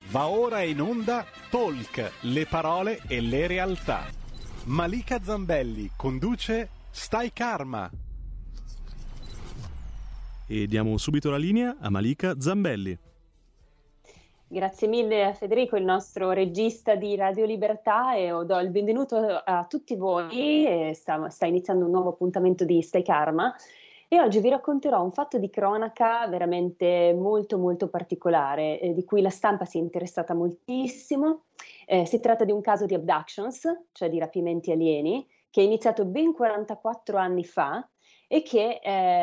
Va ora in onda Talk, le parole e le realtà. Malika Zambelli conduce Stai Karma. E diamo subito la linea a Malika Zambelli. Grazie mille a Federico, il nostro regista di Radio Libertà, e do il benvenuto a tutti voi. Sta iniziando un nuovo appuntamento di Stai Karma e oggi vi racconterò un fatto di cronaca veramente molto molto particolare, di cui la stampa si è interessata moltissimo. Si tratta di un caso di abductions, cioè di rapimenti alieni, che è iniziato ben 44 anni fa e che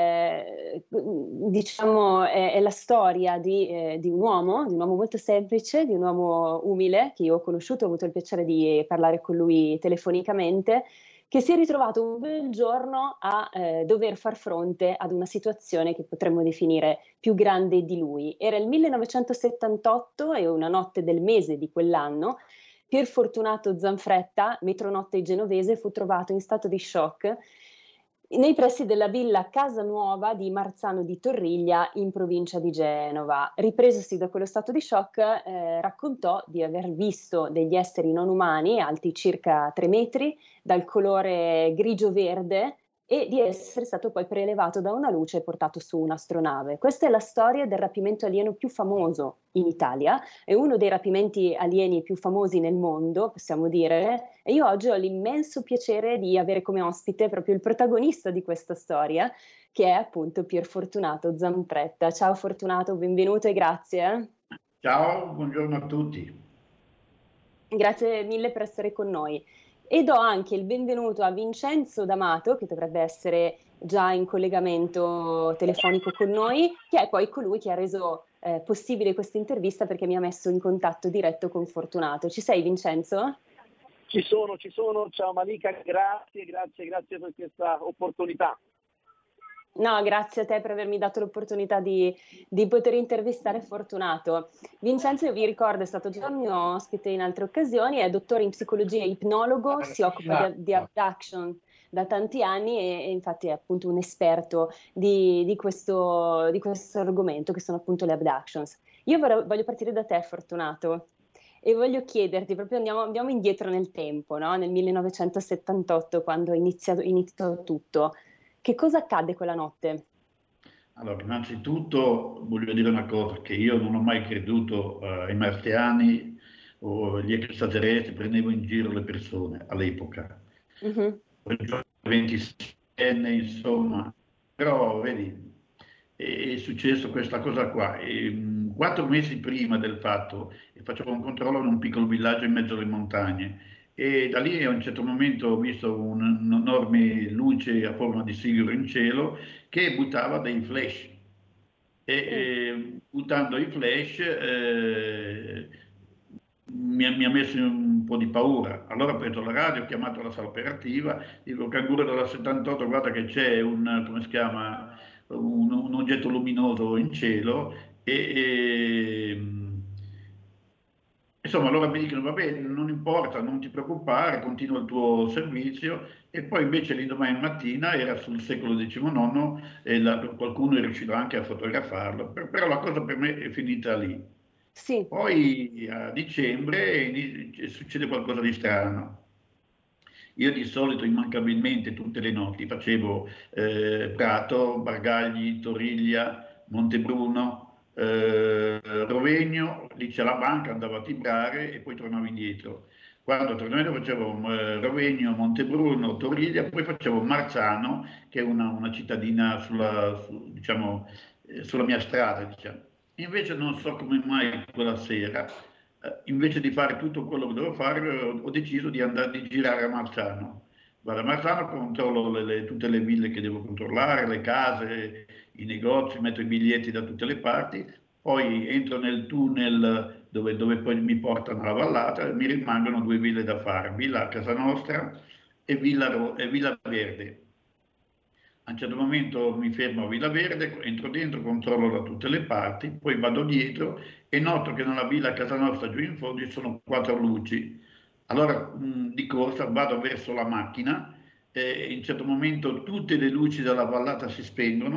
diciamo è la storia di un uomo molto semplice, di un uomo umile che io ho conosciuto, ho avuto il piacere di parlare con lui telefonicamente, che si è ritrovato un bel giorno a dover far fronte ad una situazione che potremmo definire più grande di lui. Era il 1978 e una notte del mese di quell'anno. Pier Fortunato Zanfretta, metronotte genovese, fu trovato in stato di shock nei pressi della villa Casanuova di Marzano di Torriglia, in provincia di Genova. Ripresosi da quello stato di shock, raccontò di aver visto degli esseri non umani alti circa 3 metri, dal colore grigio-verde, e di essere stato poi prelevato da una luce e portato su un'astronave. Questa è la storia del rapimento alieno più famoso in Italia, è uno dei rapimenti alieni più famosi nel mondo, possiamo dire, e io oggi ho l'immenso piacere di avere come ospite proprio il protagonista di questa storia, che è appunto Pier Fortunato Zanfretta. Ciao Fortunato, benvenuto e grazie. Ciao, buongiorno a tutti. Grazie mille per essere con noi. E do anche il benvenuto a Vincenzo D'Amato, che dovrebbe essere già in collegamento telefonico con noi, che è poi colui che ha reso possibile questa intervista, perché mi ha messo in contatto diretto con Fortunato. Ci sei, Vincenzo? Ci sono. Ciao Malika, grazie per questa opportunità. No, grazie a te per avermi dato l'opportunità di poter intervistare Fortunato. Vincenzo, io vi ricordo, è stato già mio ospite in altre occasioni, è dottore in psicologia e ipnologo, si occupa di abduction da tanti anni e infatti è appunto un esperto di questo argomento, che sono appunto le abductions. Io voglio partire da te, Fortunato, e voglio chiederti, proprio andiamo indietro nel tempo, no? Nel 1978, quando iniziò tutto. Che cosa accadde quella notte? Allora, innanzitutto voglio dire una cosa, che io non ho mai creduto ai marziani o agli extraterrestri, prendevo in giro le persone all'epoca. Mm-hmm. 26enne, insomma, però vedi, è successo questa cosa qua. 4 mesi prima del fatto facevo un controllo in un piccolo villaggio in mezzo alle montagne. E da lì a un certo momento ho visto un'enorme luce a forma di sigaro in cielo che buttava dei flash. Buttando i flash mi ha messo un po' di paura. Allora ho preso la radio, ho chiamato la sala operativa, dico Canguro della 78, guarda che c'è come si chiama, un oggetto luminoso in cielo insomma, allora mi dicono, va bene, non importa, non ti preoccupare, continua il tuo servizio. E poi invece l'indomani mattina era sul secolo XIX e qualcuno è riuscito anche a fotografarlo, però la cosa per me è finita lì. Sì. Poi a dicembre succede qualcosa di strano. Io di solito immancabilmente tutte le notti facevo Prato, Bargagli, Toriglia, Montebruno, Rovegno, lì c'è la banca, andavo a tibrare e poi tornavo indietro. Quando tornavo facevo Rovegno, Montebruno, Toriglia, poi facevo Marzano, che è una cittadina diciamo, sulla mia strada, diciamo. Invece non so come mai quella sera, invece di fare tutto quello che dovevo fare, ho deciso di andare di girare a Marzano. Vado a Marzano, controllo tutte le ville che devo controllare, le case, i negozi, metto i biglietti da tutte le parti, poi entro nel tunnel dove poi mi portano alla vallata e mi rimangono 2 ville da fare, Villa Casa Nostra e Villa Verde. A un certo momento mi fermo a Villa Verde, entro dentro, controllo da tutte le parti, poi vado dietro e noto che nella villa Casa Nostra giù in fondo ci sono 4 luci. Allora di corsa vado verso la macchina e in un certo momento tutte le luci della vallata si spengono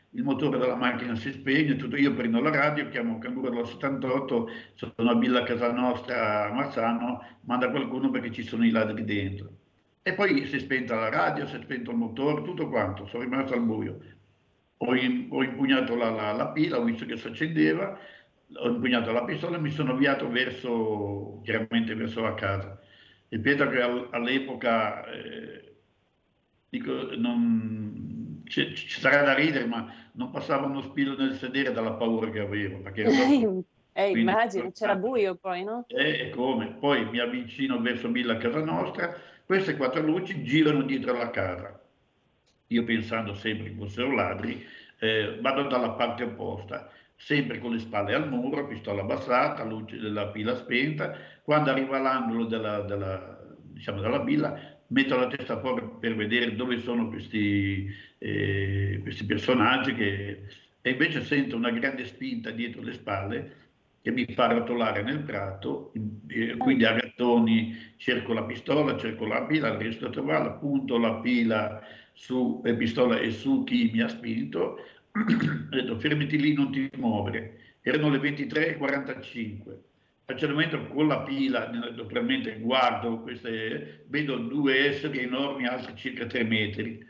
il motore della macchina si spegne, tutto. Io prendo la radio, chiamo Canguro della 78, sono a Villa Casa Nostra a Marzano, manda qualcuno perché ci sono i ladri dentro. E poi si è spenta la radio, si è spento il motore, tutto quanto, sono rimasto al buio. Ho impugnato la pila, ho visto che si accendeva, ho impugnato la pistola e mi sono avviato chiaramente verso la casa. Ripeto che all'epoca, dico, ci sarà da ridere, ma non passava uno spillo nel sedere dalla paura che avevo. Perché immagino, c'era buio poi, no? E come? Poi mi avvicino verso Villa Casa Nostra, queste 4 luci girano dietro la casa. Io pensando sempre che fossero ladri, vado dalla parte opposta, sempre con le spalle al muro, pistola abbassata, luce della pila spenta. Quando arriva all'angolo diciamo, della villa, metto la testa fuori per vedere dove sono questi personaggi e invece sento una grande spinta dietro le spalle che mi fa rotolare nel prato, quindi a gattoni cerco la pistola, cerco la pila, riesco a trovarla, punto la pila su pistola e su chi mi ha spinto, ho detto fermati lì, non ti muovere. Erano le 23:45. A un certo momento con la pila, naturalmente guardo vedo 2 esseri enormi, alti circa 3 metri.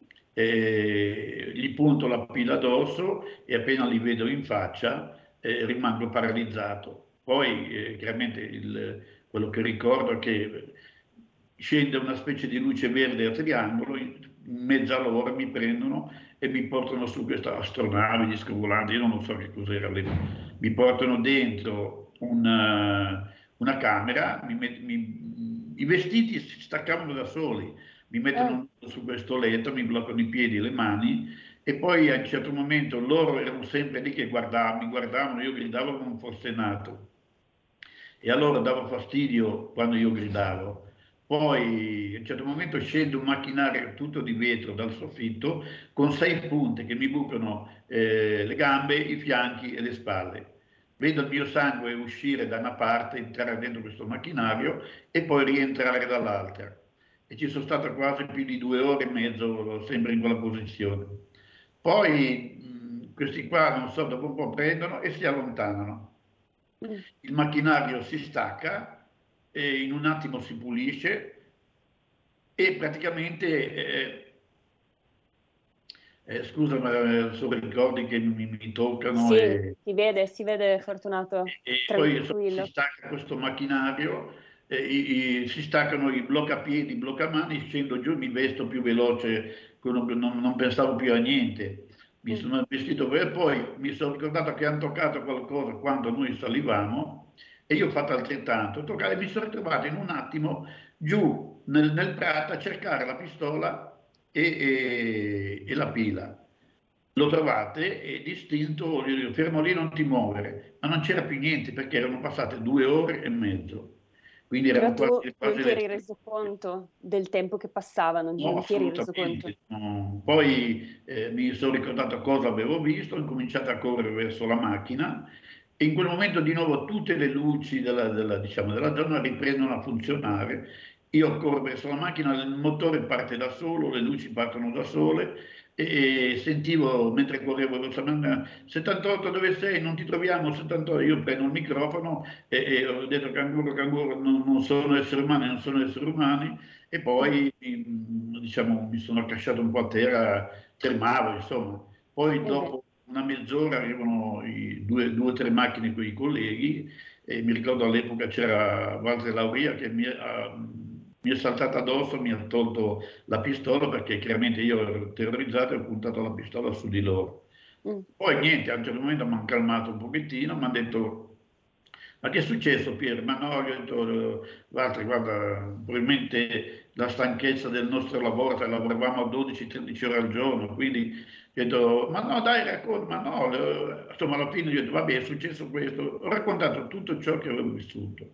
Gli punto la pila addosso e appena li vedo in faccia rimango paralizzato. Poi chiaramente quello che ricordo è che scende una specie di luce verde a triangolo, in mezzo a loro mi prendono e mi portano su questa astronave di scovolante, io non so che cos'era, mi portano dentro una camera, i vestiti si staccavano da soli, mi mettono su questo letto, mi bloccano i piedi e le mani e poi a un certo momento loro erano sempre lì che mi guardavano, io gridavo come fosse nato e allora davo fastidio quando io gridavo. Poi a un certo momento scende un macchinario tutto di vetro dal soffitto con 6 punte che mi bucano le gambe, i fianchi e le spalle. Vedo il mio sangue uscire da una parte, entrare dentro questo macchinario e poi rientrare dall'altra. E ci sono stato quasi più di 2 ore e mezzo sempre in quella posizione. Poi questi qua, non so, dopo un po' prendono e si allontanano. Il macchinario si stacca e in un attimo si pulisce e praticamente, scusa ma sono ricordi che mi toccano. Sì, si vede Fortunato, e tranquillo. poi si stacca questo macchinario, si staccano i bloccapiedi, i bloccamani, scendo giù, mi vesto più veloce, non pensavo più a niente. Mi sono vestito e poi mi sono ricordato che hanno toccato qualcosa quando noi salivamo e io ho fatto altrettanto. E mi sono ritrovato in un attimo giù nel prato a cercare la pistola e la pila. Lo trovate e distinto, gli dico, fermo lì, non ti muovere. Ma non c'era più niente perché erano passate 2 ore e mezzo. Quindi Però erano tu quasi non ti eri reso conto del tempo che passavano, No, non ti eri reso conto. assolutamente. No. Poi mi sono ricordato cosa avevo visto, ho incominciato a correre verso la macchina e in quel momento di nuovo tutte le luci diciamo, della zona riprendono a funzionare. Io corro verso la macchina, il motore parte da solo, le luci partono da sole e sentivo mentre correvo verso la macchina, 78 dove sei? Non ti troviamo, 78. Io prendo il microfono e ho detto canguro, non sono esseri umani, non sono esseri umani. E poi diciamo, mi sono accasciato un po' a terra, tremavo, insomma. Poi dopo una mezz'ora arrivano due o tre macchine con i colleghi e mi ricordo all'epoca c'era Walter Lauria che mi è saltata addosso, mi ha tolto la pistola perché chiaramente io ero terrorizzato e ho puntato la pistola su di loro. Poi niente, a un certo momento mi hanno calmato un pochettino, mi hanno detto ma che è successo Pier? Ma no, io ho detto, guarda, probabilmente la stanchezza del nostro lavoro, cioè lavoravamo 12-13 ore al giorno, quindi ho detto, ma no dai racconta, ma no, insomma alla fine ho detto, vabbè è successo questo, ho raccontato tutto ciò che avevo vissuto.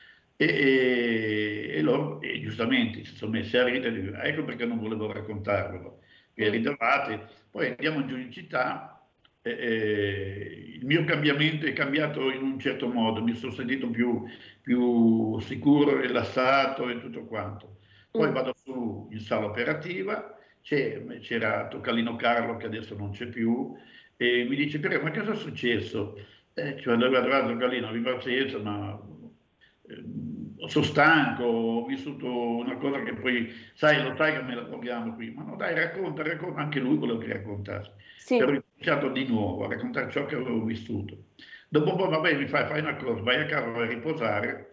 E loro, giustamente, si sono messi a ridere, ecco perché non volevo raccontarvelo, vi ridevate, poi andiamo giù in città. Il mio cambiamento è cambiato in un certo modo, mi sono sentito più sicuro, rilassato e tutto quanto. Poi vado su in sala operativa c'era Toccalino Carlo che adesso non c'è più, e mi dice: Piero, ma cosa è successo? Cioè, doveva arrivare Toccalino, vi pazienza, ma sono stanco, ho vissuto una cosa che poi, lo sai che me la troviamo qui, ma no dai, racconta, anche lui quello che raccontassi. Sì. E ho iniziato di nuovo a raccontare ciò che avevo vissuto. Dopo un po', vabbè, fai una cosa, vai a casa, vai a riposare,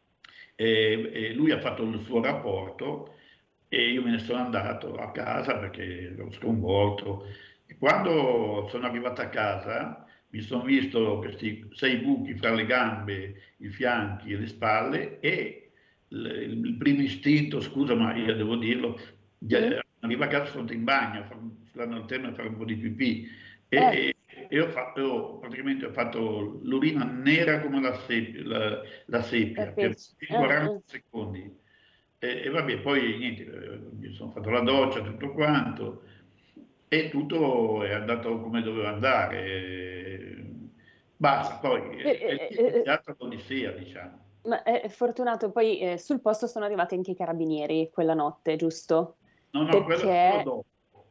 e lui ha fatto il suo rapporto e io me ne sono andato a casa perché ero sconvolto. E quando sono arrivato a casa mi sono visto questi 6 buchi fra le gambe, i fianchi e le spalle, e il primo istinto, scusa ma io devo dirlo, arrivo a casa, sono in bagno, stanno al termine a fare un po' di pipì, e praticamente ho fatto l'urina nera come la seppia per 40 secondi. E vabbè, poi niente, mi sono fatto la doccia, tutto quanto, e tutto è andato come doveva andare. Basta, poi è iniziata l'odissea, diciamo. Ma è fortunato, poi sul posto sono arrivati anche i carabinieri quella notte, giusto? No, Perché... quello dopo.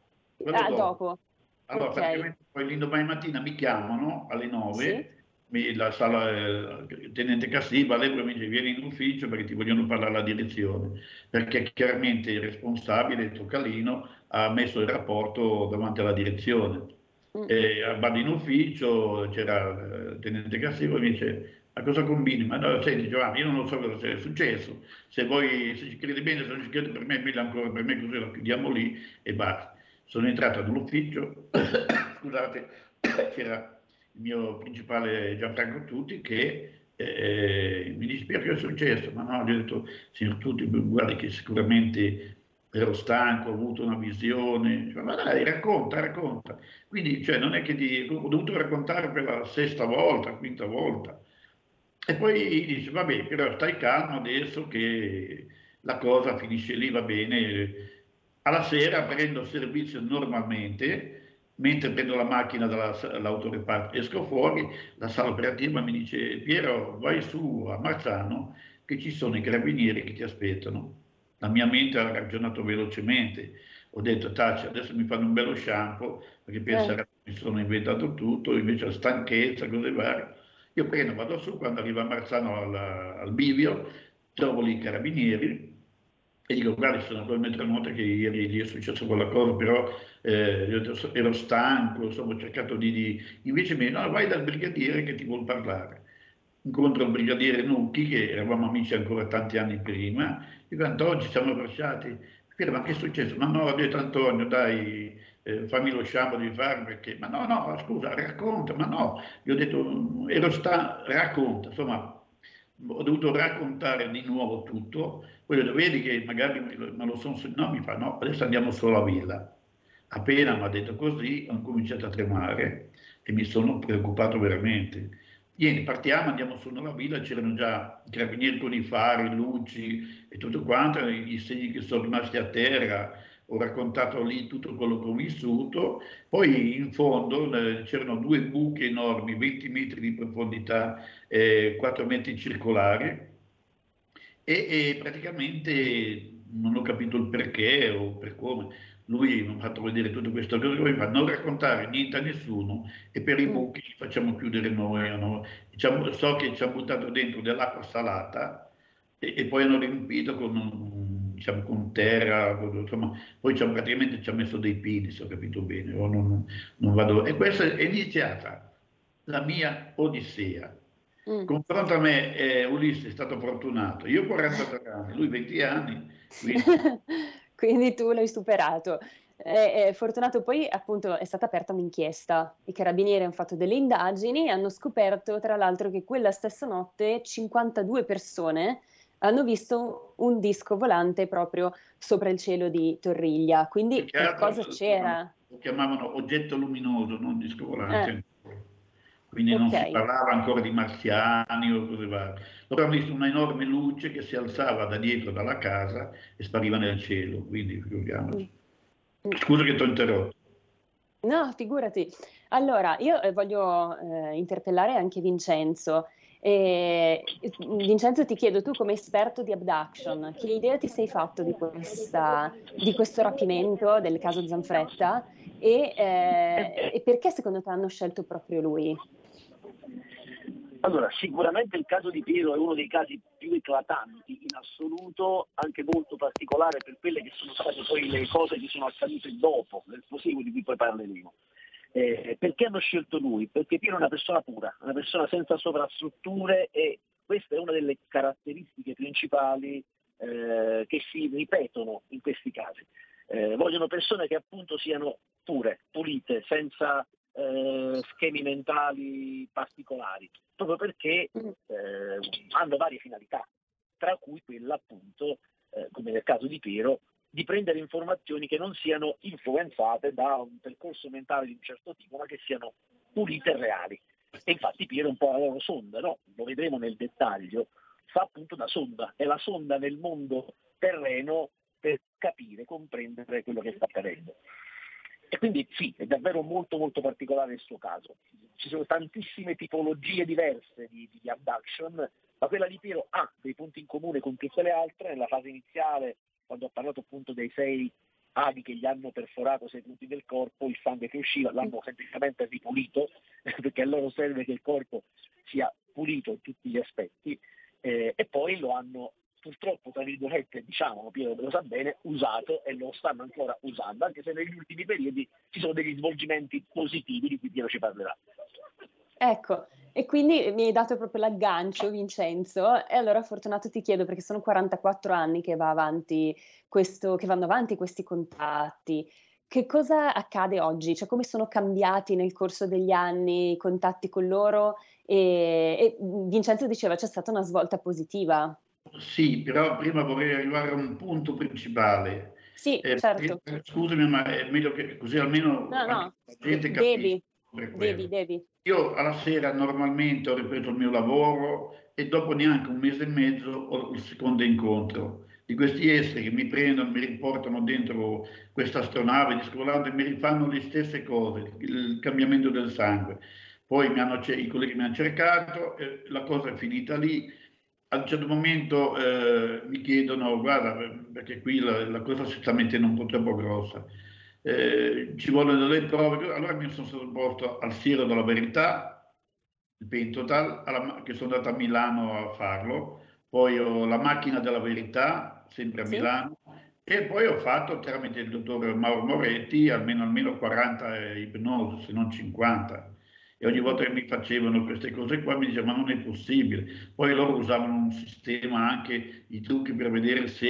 dopo. Allora, Ok. praticamente poi l'indomani mattina mi chiamano alle 9, Sì. la sala, il tenente Cassiva, all'epoca mi dice: vieni in ufficio perché ti vogliono parlare alla direzione, perché chiaramente il responsabile, Toccalino, ha messo il rapporto davanti alla direzione. E vado in ufficio, c'era il tenente Cassiva e mi dice: ma cosa combini? Ma no, senti Giovanni, io non lo so cosa sia successo, se ci credi bene, se non ci credi per me è meglio ancora, per me così lo chiudiamo lì e basta. Sono entrato nell'ufficio, scusate, c'era il mio principale Gianfranco Tutti che mi dispiace che è successo, ma no, gli ho detto: signor Tutti, guardi che sicuramente ero stanco, ho avuto una visione. Dice, ma dai, racconta. Quindi, cioè, non è che ho dovuto raccontare per la 6ª volta, 5ª volta. E poi dice: vabbè, però stai calmo adesso che la cosa finisce lì, va bene. Alla sera prendo servizio normalmente, mentre prendo la macchina dall'autoreparto, esco fuori, la sala operativa mi dice: Piero, vai su a Marzano che ci sono i carabinieri che ti aspettano. La mia mente ha ragionato velocemente, ho detto: taci, adesso mi fanno un bello shampoo perché penseranno che mi sono inventato tutto, invece la stanchezza, cose varie. Io prendo, vado su, quando arrivo a Marzano al bivio, trovo lì i carabinieri e dico: guarda, sono col metronote che ieri lì è successo quella cosa, però ero stanco, insomma, ho cercato Invece no, vai dal brigadiere che ti vuol parlare. Incontro il brigadiere Nucchi, che eravamo amici ancora tanti anni prima, dico: Antonio, ci siamo lasciati. Ma che è successo? Ma no, ho detto: Antonio, dai, fammi lo shampoo di fare perché... Ma no, scusa, racconta, ma no. Gli ho detto: racconta, insomma, ho dovuto raccontare di nuovo tutto. Poi ho detto: vedi che magari me lo sono... No, mi fa: no, adesso andiamo solo a Villa. Appena mi ha detto così, ho cominciato a tremare e mi sono preoccupato veramente. Vieni, partiamo, andiamo su nella villa, c'erano già i carabinieri con i fari, luci e tutto quanto, i segni che sono rimasti a terra, ho raccontato lì tutto quello che ho vissuto. Poi in fondo c'erano 2 buche enormi, 20 metri di profondità, 4 metri circolari, e praticamente non ho capito il perché o per come. Lui mi ha fatto vedere tutto questo, cosa mi fa: non raccontare niente a nessuno, e per i buchi li facciamo chiudere noi. So che ci hanno buttato dentro dell'acqua salata e poi hanno riempito diciamo, con terra, insomma, poi praticamente ci ha messo dei pini, se ho capito bene, o non vado. E questa è iniziata la mia odissea. Confronto a me, Ulisse è stato fortunato. Io ho 43 anni, lui 20 anni, quindi... Quindi tu l'hai superato. È fortunato, poi appunto è stata aperta un'inchiesta. I carabinieri hanno fatto delle indagini e hanno scoperto tra l'altro che quella stessa notte 52 persone hanno visto un disco volante proprio sopra il cielo di Torriglia, quindi qualcosa c'era. Lo chiamavano oggetto luminoso, non disco volante. Quindi non si Ok. parlava ancora di marziani o cose varie. Loro hanno visto una enorme luce che si alzava da dietro dalla casa e spariva nel cielo, quindi figuriamoci. Scusa che ti ho interrotto. No, figurati. Allora, io voglio interpellare anche Vincenzo. Vincenzo, ti chiedo, tu come esperto di abduction, che idea ti sei fatto di questo rapimento del caso Zanfretta e perché secondo te hanno scelto proprio lui? Allora, sicuramente il caso di Piero è uno dei casi più eclatanti in assoluto, anche molto particolare per quelle che sono state poi le cose che sono accadute dopo, nel proseguo di cui poi parleremo. Perché hanno scelto lui? Perché Piero è una persona pura, una persona senza sovrastrutture, e questa è una delle caratteristiche principali che si ripetono in questi casi. Vogliono persone che appunto siano pure, pulite, senza schemi mentali particolari, proprio perché hanno varie finalità, tra cui quella appunto, come nel caso di Piero, di prendere informazioni che non siano influenzate da un percorso mentale di un certo tipo, ma che siano pulite e reali. E infatti Piero è un po' la loro sonda, no? Lo vedremo nel dettaglio, fa appunto da sonda, è la sonda nel mondo terreno per capire, comprendere quello che sta accadendo. E quindi sì, è davvero molto molto particolare il suo caso. Ci sono tantissime tipologie diverse di abduction, ma quella di Piero ha dei punti in comune con tutte le altre. Nella fase iniziale, quando ho parlato appunto dei 6 aghi che gli hanno perforato 6 punti del corpo, il sangue che usciva l'hanno semplicemente ripulito, perché a loro serve che il corpo sia pulito in tutti gli aspetti, e poi lo hanno purtroppo, tra virgolette, diciamo, Piero lo sa bene, usato, e lo stanno ancora usando, anche se negli ultimi periodi ci sono degli svolgimenti positivi di cui Piero ci parlerà. Ecco, e quindi mi hai dato proprio l'aggancio, Vincenzo, e allora Fortunato ti chiedo, perché sono 44 anni che vanno avanti questi contatti, che cosa accade oggi? Cioè, come sono cambiati nel corso degli anni i contatti con loro? E Vincenzo diceva c'è stata una svolta positiva. Sì, però prima vorrei arrivare a un punto principale. Sì, certo. Scusami, ma è meglio che così almeno No, anche no, la gente capisce. devi. Io alla sera normalmente ho ripreso il mio lavoro e dopo neanche un mese e mezzo ho il secondo incontro di questi esseri che mi prendono, mi riportano dentro questa astronave di scolante e mi rifanno le stesse cose, il cambiamento del sangue. Poi i colleghi mi hanno cercato, la cosa è finita lì. A un certo momento mi chiedono, guarda, perché qui la cosa si sta mettendo un po' troppo grossa, ci vogliono delle prove, allora mi sono sottoposto al Siero della Verità, il Pentotal, che sono andato a Milano a farlo, poi ho la Macchina della Verità, sempre a Sì? Milano, e poi ho fatto tramite il dottor Mauro Moretti almeno 40 ipnosi, se non 50. E ogni volta che mi facevano queste cose qua mi dicevano ma non è possibile. Poi loro usavano un sistema anche di trucchi per vedere se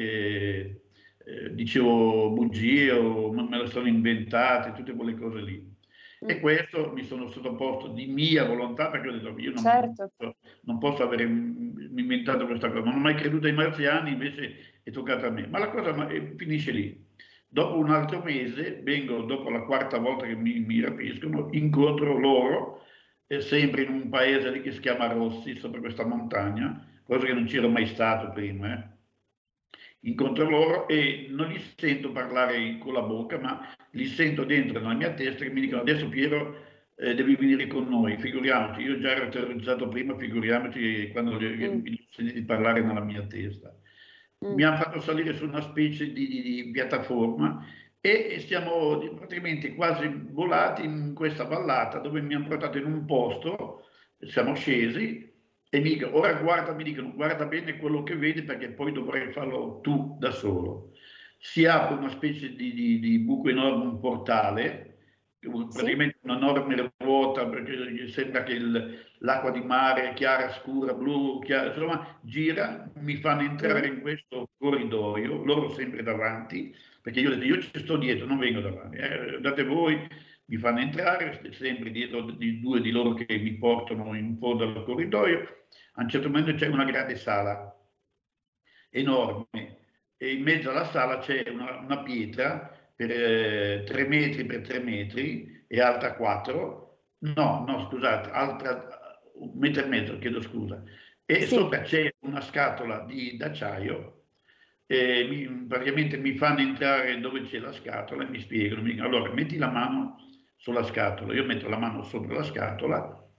dicevo bugie o me le sono inventate, tutte quelle cose lì. E questo mi sono sottoposto di mia volontà, perché ho detto io Certo. non posso aver inventato questa cosa, non ho mai creduto ai marziani, invece è toccata a me. Ma la cosa finisce lì. Dopo un altro mese, dopo la quarta volta che mi rapiscono, incontro loro, sempre in un paese lì che si chiama Rossi, sopra questa montagna, cosa che non c'era mai stato prima. Incontro loro e non li sento parlare con la bocca, ma li sento dentro nella mia testa che mi dicono adesso Piero devi venire con noi, figuriamoci, io già ero terrorizzato prima, figuriamoci quando li sentiti parlare nella mia testa. Mi hanno fatto salire su una specie di piattaforma e siamo praticamente quasi volati in questa vallata dove mi hanno portato in un posto, siamo scesi e mi dicono guarda bene quello che vedi perché poi dovrai farlo tu da solo. Si apre una specie di buco enorme, un portale, praticamente una enorme ruota perché sembra che l'acqua di mare è chiara, scura, blu, chiara, insomma gira, mi fanno entrare in questo corridoio, loro sempre davanti, perché io ho detto io ci sto dietro, non vengo davanti, andate voi, mi fanno entrare, sempre dietro di 2 di loro che mi portano in fondo al corridoio. A un certo momento c'è una grande sala enorme e in mezzo alla sala c'è una pietra per 3 metri per 3 metri e alta 4, no scusate, alta 1,5 metri, chiedo scusa, e sopra c'è una scatola d'acciaio e praticamente mi fanno entrare dove c'è la scatola e mi spiegano, allora metti la mano sulla scatola, io metto la mano sopra la scatola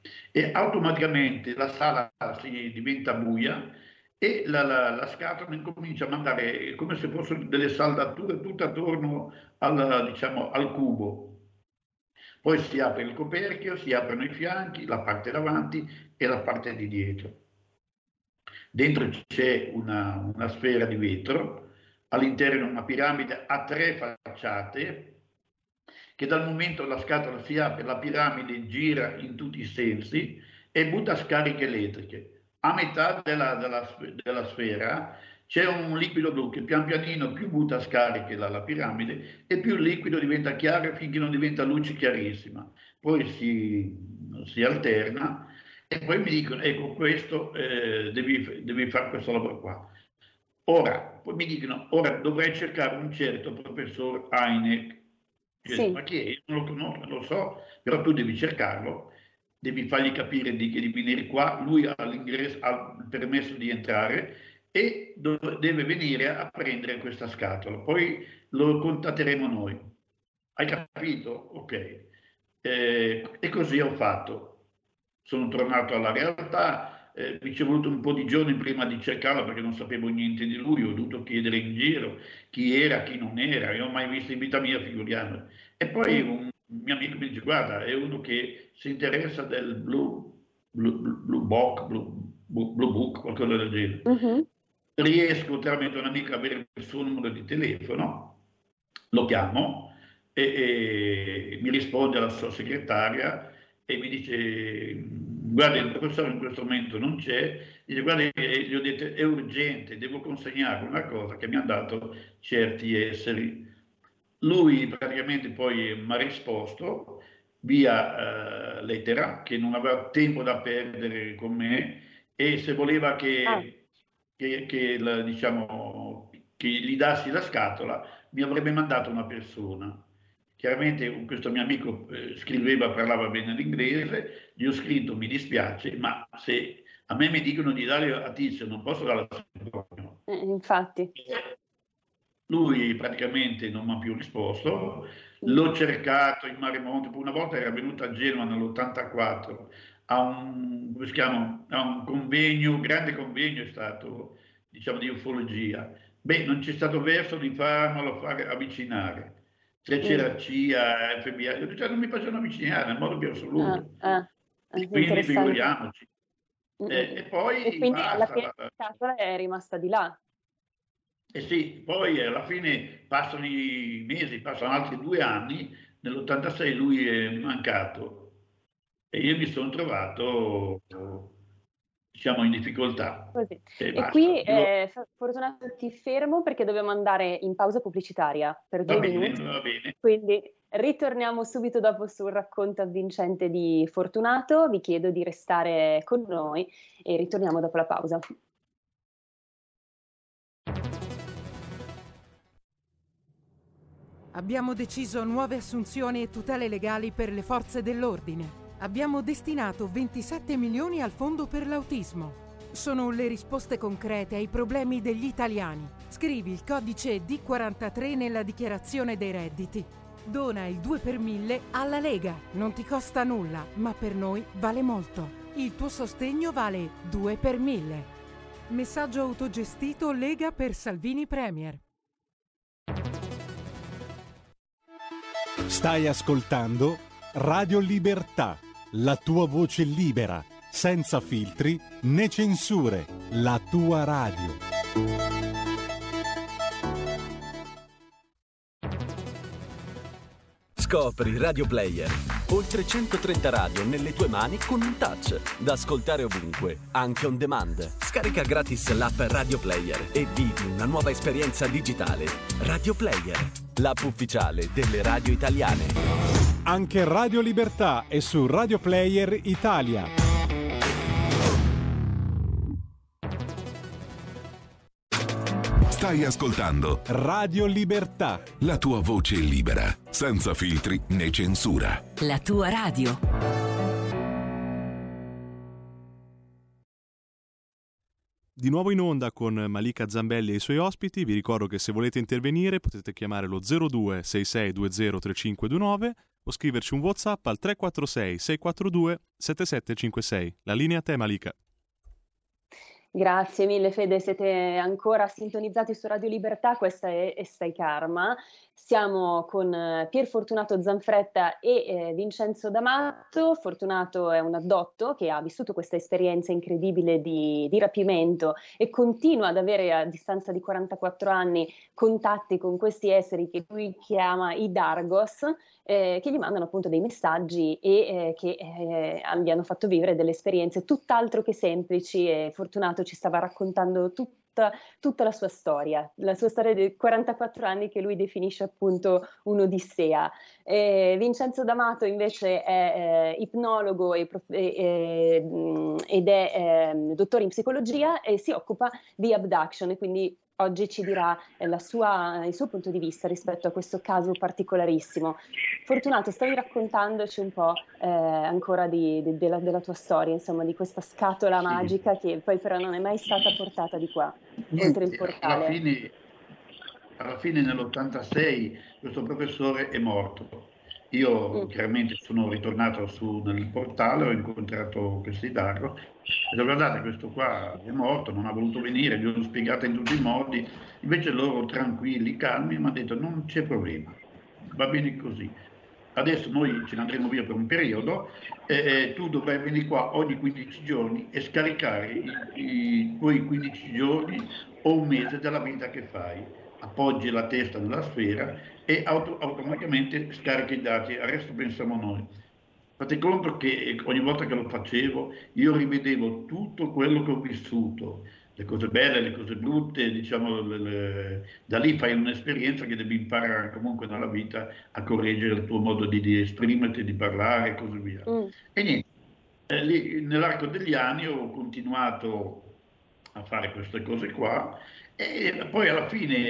e automaticamente la sala si diventa buia e la scatola incomincia a mandare come se fossero delle saldature tutte attorno diciamo, al cubo. Poi si apre il coperchio, si aprono i fianchi, la parte davanti e la parte di dietro. Dentro c'è una sfera di vetro, all'interno una piramide a 3 facciate, che dal momento la scatola si apre, la piramide gira in tutti i sensi e butta scariche elettriche. A metà della sfera c'è un liquido blu che pian pianino più butta scariche la piramide e più il liquido diventa chiaro finché non diventa luce chiarissima. Poi si alterna e poi mi dicono, ecco, questo devi fare questo lavoro qua. Poi mi dicono, ora dovrai cercare un certo professor Heineck. Sì. Ma chi è? Io non lo conosco, non lo so, però tu devi cercarlo, devi fargli capire che devi venire qua, lui ha l'ingresso, ha il permesso di entrare e deve venire a prendere questa scatola, poi lo contatteremo noi. Hai capito? Ok. E così ho fatto. Sono tornato alla realtà, mi ci è voluto un po' di giorni prima di cercarlo perché non sapevo niente di lui, ho dovuto chiedere in giro chi era, chi non era, io non ho mai visto in vita mia, figuriamoci. E poi un mio amico mi dice, guarda, è uno che si interessa del Blue Book, qualcosa del genere. Uh-huh. Riesco tramite un amico a avere il suo numero di telefono, lo chiamo e mi risponde la sua segretaria e mi dice, guarda, il professore in questo momento non c'è, dice, guarda, gli ho detto, è urgente, devo consegnare una cosa che mi hanno dato certi esseri. Lui praticamente poi mi ha risposto via lettera, che non aveva tempo da perdere con me, e se voleva che gli dassi la scatola, mi avrebbe mandato una persona. Chiaramente questo mio amico parlava bene l'inglese, gli ho scritto, mi dispiace, ma se a me mi dicono di dare a Tizio, non posso dare a Sempronio. Infatti. Lui praticamente non mi ha più risposto, l'ho cercato in Mare Monte, una volta era venuto a Genova nell'84 a un convegno, grande convegno è stato, diciamo, di ufologia. Beh, non c'è stato verso di farmelo avvicinare. Se c'era CIA, FBI, non mi facevano avvicinare nel modo più assoluto. Quindi figuriamoci. E quindi basta, la scatola è rimasta di là. Sì, poi alla fine passano i mesi, passano altri 2 anni, nell'86 lui è mancato e io mi sono trovato, diciamo, in difficoltà. Così. E qui, Fortunato, ti fermo perché dobbiamo andare in pausa pubblicitaria per 2 minuti. Va bene. Quindi ritorniamo subito dopo sul racconto avvincente di Fortunato. Vi chiedo di restare con noi e ritorniamo dopo la pausa. Abbiamo deciso nuove assunzioni e tutele legali per le forze dell'ordine. Abbiamo destinato 27 milioni al fondo per l'autismo. Sono le risposte concrete ai problemi degli italiani. Scrivi il codice D43 nella dichiarazione dei redditi. Dona il 2 per 1000 alla Lega. Non ti costa nulla, ma per noi vale molto. Il tuo sostegno vale 2 per 1000. Messaggio autogestito Lega per Salvini Premier. Stai ascoltando Radio Libertà, la tua voce libera, senza filtri né censure, la tua radio. Scopri Radio Player. Oltre 130 radio nelle tue mani con un touch, da ascoltare ovunque, anche on demand. Scarica gratis l'app Radio Player e vivi una nuova esperienza digitale. Radio Player, l'app ufficiale delle radio italiane. Anche Radio Libertà è su Radio Player Italia. Stai ascoltando Radio Libertà, la tua voce libera, senza filtri né censura. La tua radio. Di nuovo in onda con Malika Zambelli e i suoi ospiti. Vi ricordo che se volete intervenire potete chiamare lo 02 6620 3529 o scriverci un WhatsApp al 346 642 7756. La linea a te, Malika. Grazie mille Fede, siete ancora sintonizzati su Radio Libertà, questa è Stai Karma. Siamo con Pier Fortunato Zanfretta e Vincenzo D'Amato. Fortunato è un addotto che ha vissuto questa esperienza incredibile di rapimento e continua ad avere a distanza di 44 anni contatti con questi esseri che lui chiama i Dargos, che gli mandano appunto dei messaggi e che gli hanno fatto vivere delle esperienze tutt'altro che semplici, e Fortunato ci stava raccontando tutta la sua storia di 44 anni che lui definisce appunto un'odissea. Vincenzo D'Amato invece è ipnologo ed è dottore in psicologia e si occupa di abduction, e quindi oggi ci dirà il suo punto di vista rispetto a questo caso particolarissimo. Fortunato, stavi raccontandoci un po' ancora della tua storia, insomma, di questa scatola magica che poi però non è mai stata portata di qua, oltre il portale. Alla fine nell'86 questo professore è morto. Io chiaramente sono ritornato su nel portale, ho incontrato questi Dargo e ho detto: guardate, questo qua è morto, non ha voluto venire, gli ho spiegato in tutti i modi, invece loro tranquilli, calmi, mi hanno detto non c'è problema, va bene così. Adesso noi ce ne andremo via per un periodo, tu dovrai venire qua ogni 15 giorni e scaricare i tuoi 15 giorni o un mese della vita che fai. Appoggi la testa nella sfera e automaticamente scarichi i dati, al resto pensiamo noi. Fate conto che ogni volta che lo facevo io rivedevo tutto quello che ho vissuto, le cose belle, le cose brutte, diciamo, da lì fai un'esperienza che devi imparare comunque nella vita a correggere il tuo modo di esprimerti, di parlare e così via. E niente, lì, nell'arco degli anni ho continuato a fare queste cose qua e poi alla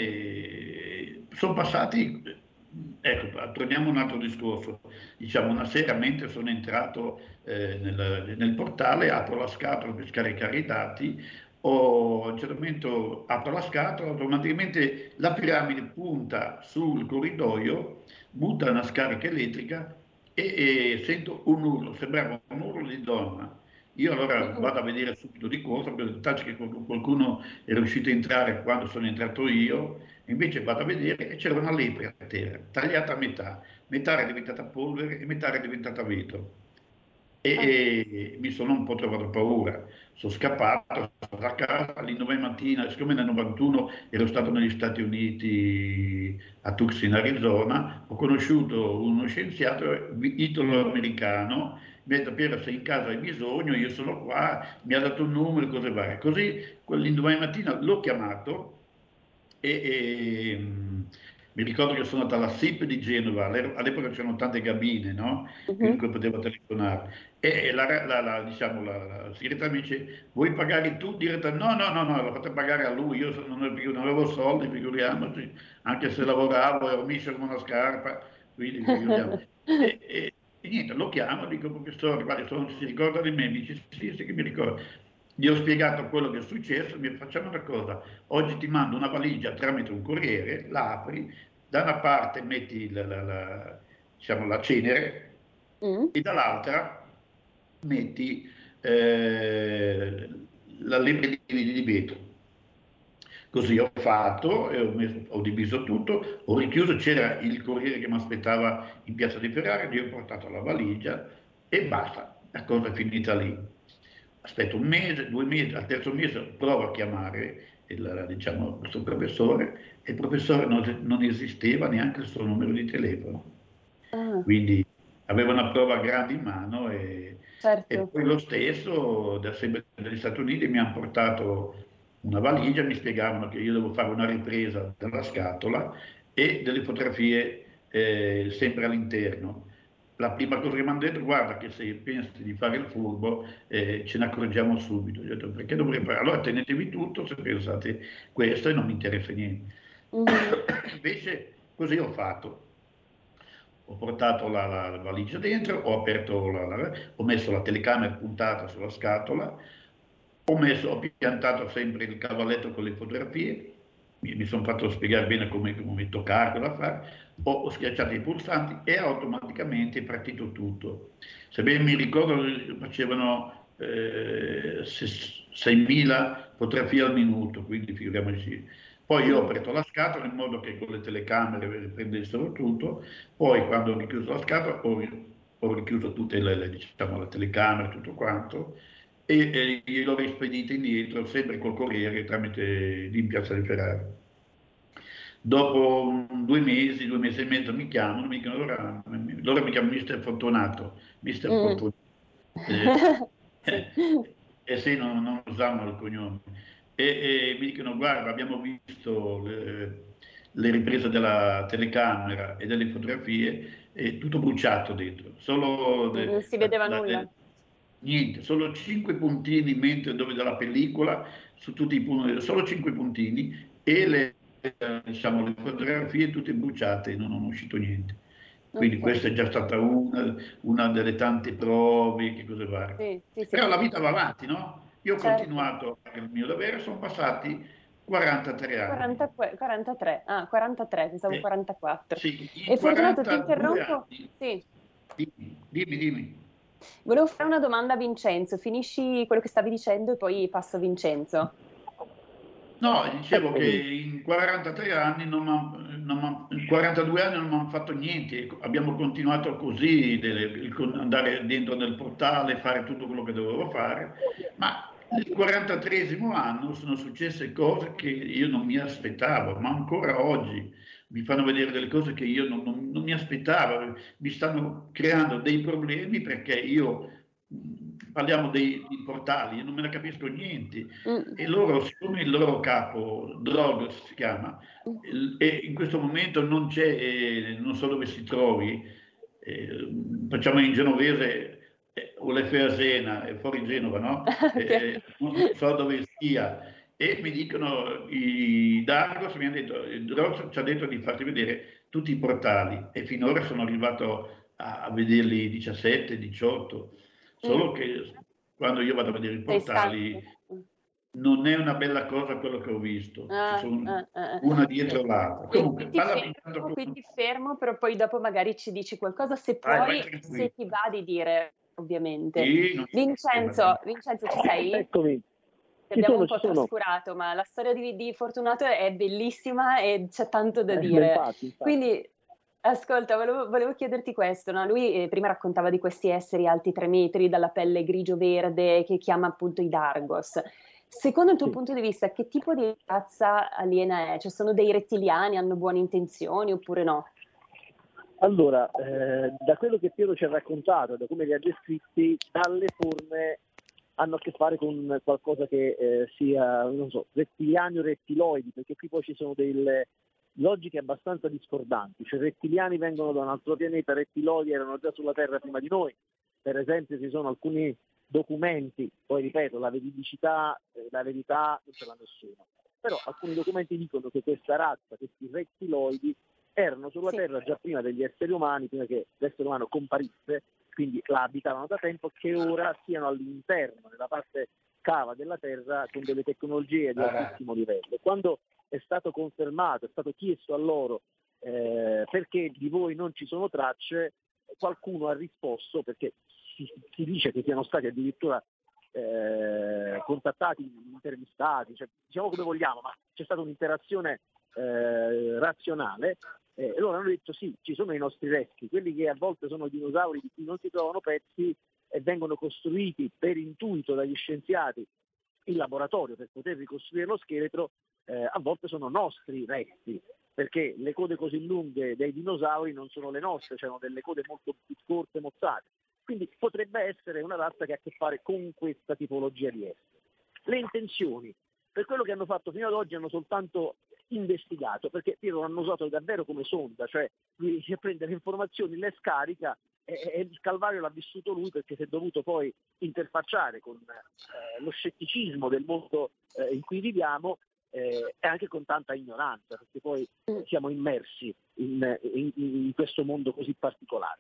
fine sono passati, ecco, torniamo a un altro discorso, diciamo una sera mentre sono entrato nel portale, apro la scatola per scaricare i dati, a un certo momento apro la scatola, automaticamente la piramide punta sul corridoio, butta una scarica elettrica e sento un urlo, sembrava un urlo di donna. Io allora vado a vedere subito di cosa, per taglio che qualcuno è riuscito a entrare quando sono entrato io, invece vado a vedere e c'era una lepre a terra, tagliata a metà era diventata polvere e metà era diventata vetro. E mi sono un po' trovato paura, sono scappato a casa all'9 mattina, siccome nel 91 ero stato negli Stati Uniti a Tucson, in Arizona, ho conosciuto uno scienziato italo-americano, mi ha detto: Piero, sei in casa, hai bisogno, io sono qua, mi ha dato un numero, cose varie. Così quell'indomani mattina l'ho chiamato e mi ricordo che sono andato alla SIP di Genova, all'epoca c'erano tante cabine, no? In cui potevo telefonare. E diciamo, la segretaria mi dice: vuoi pagare tu direttamente? No, l'ho fatto pagare a lui, io non avevo soldi, figuriamoci, anche se lavoravo, ero misto come una scarpa, quindi figuriamoci. E niente, lo chiamo, dico: professore, guarda, si ricorda di me? Mi dice: sì, che mi ricordo. Gli ho spiegato quello che è successo, facciamo una cosa, oggi ti mando una valigia tramite un corriere, la apri, da una parte metti diciamo, la cenere e dall'altra metti la lepre di vetro. Così ho fatto, ho diviso tutto, ho richiuso, c'era il corriere che mi aspettava in piazza di Ferrari, io ho portato la valigia e basta, la cosa è finita lì. Aspetto un mese, 2 mesi, al terzo mese provo a chiamare diciamo, questo professore e il professore non esisteva neanche il suo numero di telefono. Quindi aveva una prova grande in mano e poi lo stesso, sempre dagli Stati Uniti, mi hanno portato una valigia, mi spiegavano che io devo fare una ripresa della scatola e delle fotografie sempre all'interno. La prima cosa che mi hanno detto: guarda che se pensi di fare il furbo ce ne accorgiamo subito. Io ho detto: perché dovrei fare? Allora tenetevi tutto se pensate questo e non mi interessa niente. Invece così ho fatto. Ho portato la valigia dentro, ho aperto ho messo la telecamera puntata sulla scatola, Ho piantato sempre il cavalletto con le fotografie, mi sono fatto spiegare bene come toccare, cosa fare, ho schiacciato i pulsanti e automaticamente è partito tutto. Se ben mi ricordo facevano 6.000 fotografie al minuto, quindi figuriamoci. Poi io ho aperto la scatola in modo che con le telecamere riprendessero tutto, poi quando ho richiuso la scatola ho richiuso tutte diciamo, la telecamera, tutto quanto, e gliel'ho rispedita indietro sempre col corriere tramite lì in Piazza del Ferrari. Dopo 2 mesi e mezzo mi chiamano, mi dicono loro mi chiamano Mister Fortunato, Mister Fortunato. E sì, non usavano il cognome. E mi dicono, guarda, abbiamo visto le riprese della telecamera e delle fotografie, e tutto bruciato dentro. Non si vedeva nulla. Niente, solo 5 puntini, mentre dove dalla pellicola, su tutti i punti, solo 5 puntini, e diciamo, le fotografie tutte bruciate, non è uscito niente. Quindi questa è già stata una delle tante prove, che cose varie. Sì. Però la vita va avanti, no? Io ho continuato il mio dovere, sono passati 43 anni. 43, 43, pensavo 44. Sì, E Fortunato, ti interrompo? Anni. Sì. Dimmi. Volevo fare una domanda a Vincenzo, finisci quello che stavi dicendo e poi passo a Vincenzo. No, dicevo che in 43 anni, in 42 anni non mi hanno fatto niente, abbiamo continuato così, andare dentro nel portale, fare tutto quello che dovevo fare, ma nel 43esimo anno sono successe cose che io non mi aspettavo, ma ancora oggi mi fanno vedere delle cose che io non mi aspettavo, mi stanno creando dei problemi perché parliamo di portali, io non me ne capisco niente, e loro, siccome il loro capo, Drogos si chiama, e in questo momento non c'è, non so dove si trovi, facciamo in genovese, o le Feasena, è fuori Genova, no? Non so dove sia. E mi dicono, i Dargos mi hanno detto, il Drogos ci ha detto di farti vedere tutti i portali, e finora sono arrivato a vederli 17, 18. Solo che quando io vado a vedere i portali non è una bella cosa quello che ho visto, sono una dietro l'altra. Comunque, quindi fermo, però poi dopo magari ci dici qualcosa, se puoi, se ti va di dire, ovviamente. Sì, Vincenzo, ci sei? Eccomi. Ti abbiamo un po' trascurato, ma la storia di Fortunato è bellissima e c'è tanto da dire. Infatti. Quindi, ascolta, volevo chiederti questo, no? Lui prima raccontava di questi esseri alti 3 metri, dalla pelle grigio-verde, che chiama appunto i Dargos. Secondo il tuo punto di vista, che tipo di razza aliena è? Cioè, sono dei rettiliani, hanno buone intenzioni oppure no? Allora, da quello che Piero ci ha raccontato, da come li ha descritti, dalle forme hanno a che fare con qualcosa che sia, non so, rettiliani o rettiloidi, perché qui poi ci sono delle logiche abbastanza discordanti, cioè rettiliani vengono da un altro pianeta, rettiloidi erano già sulla Terra prima di noi, per esempio ci sono alcuni documenti, poi ripeto, la veridicità, la verità non ce l'ha nessuno, però alcuni documenti dicono che questa razza, questi rettiloidi, erano sulla Terra già prima degli esseri umani, prima che l'essere umano comparisse, quindi la abitavano da tempo, che ora siano all'interno, nella parte cava della Terra, con delle tecnologie di altissimo livello. Quando è stato confermato, è stato chiesto a loro perché di voi non ci sono tracce, qualcuno ha risposto, perché si dice che siano stati addirittura contattati, intervistati, cioè, diciamo come vogliamo, ma c'è stata un'interazione razionale, e loro hanno detto sì, ci sono i nostri resti, quelli che a volte sono dinosauri di cui non si trovano pezzi e vengono costruiti per intuito dagli scienziati in laboratorio per poter ricostruire lo scheletro, a volte sono nostri resti, perché le code così lunghe dei dinosauri non sono le nostre, cioè hanno delle code molto più corte, mozzate. Quindi potrebbe essere una razza che ha a che fare con questa tipologia di essere. Le intenzioni, per quello che hanno fatto fino ad oggi, hanno soltanto investigato, perché Piero l'hanno usato davvero come sonda, cioè lui prende le informazioni, le scarica, e il calvario l'ha vissuto lui, perché si è dovuto poi interfacciare con lo scetticismo del mondo in cui viviamo, e anche con tanta ignoranza, perché poi siamo immersi in questo mondo così particolare.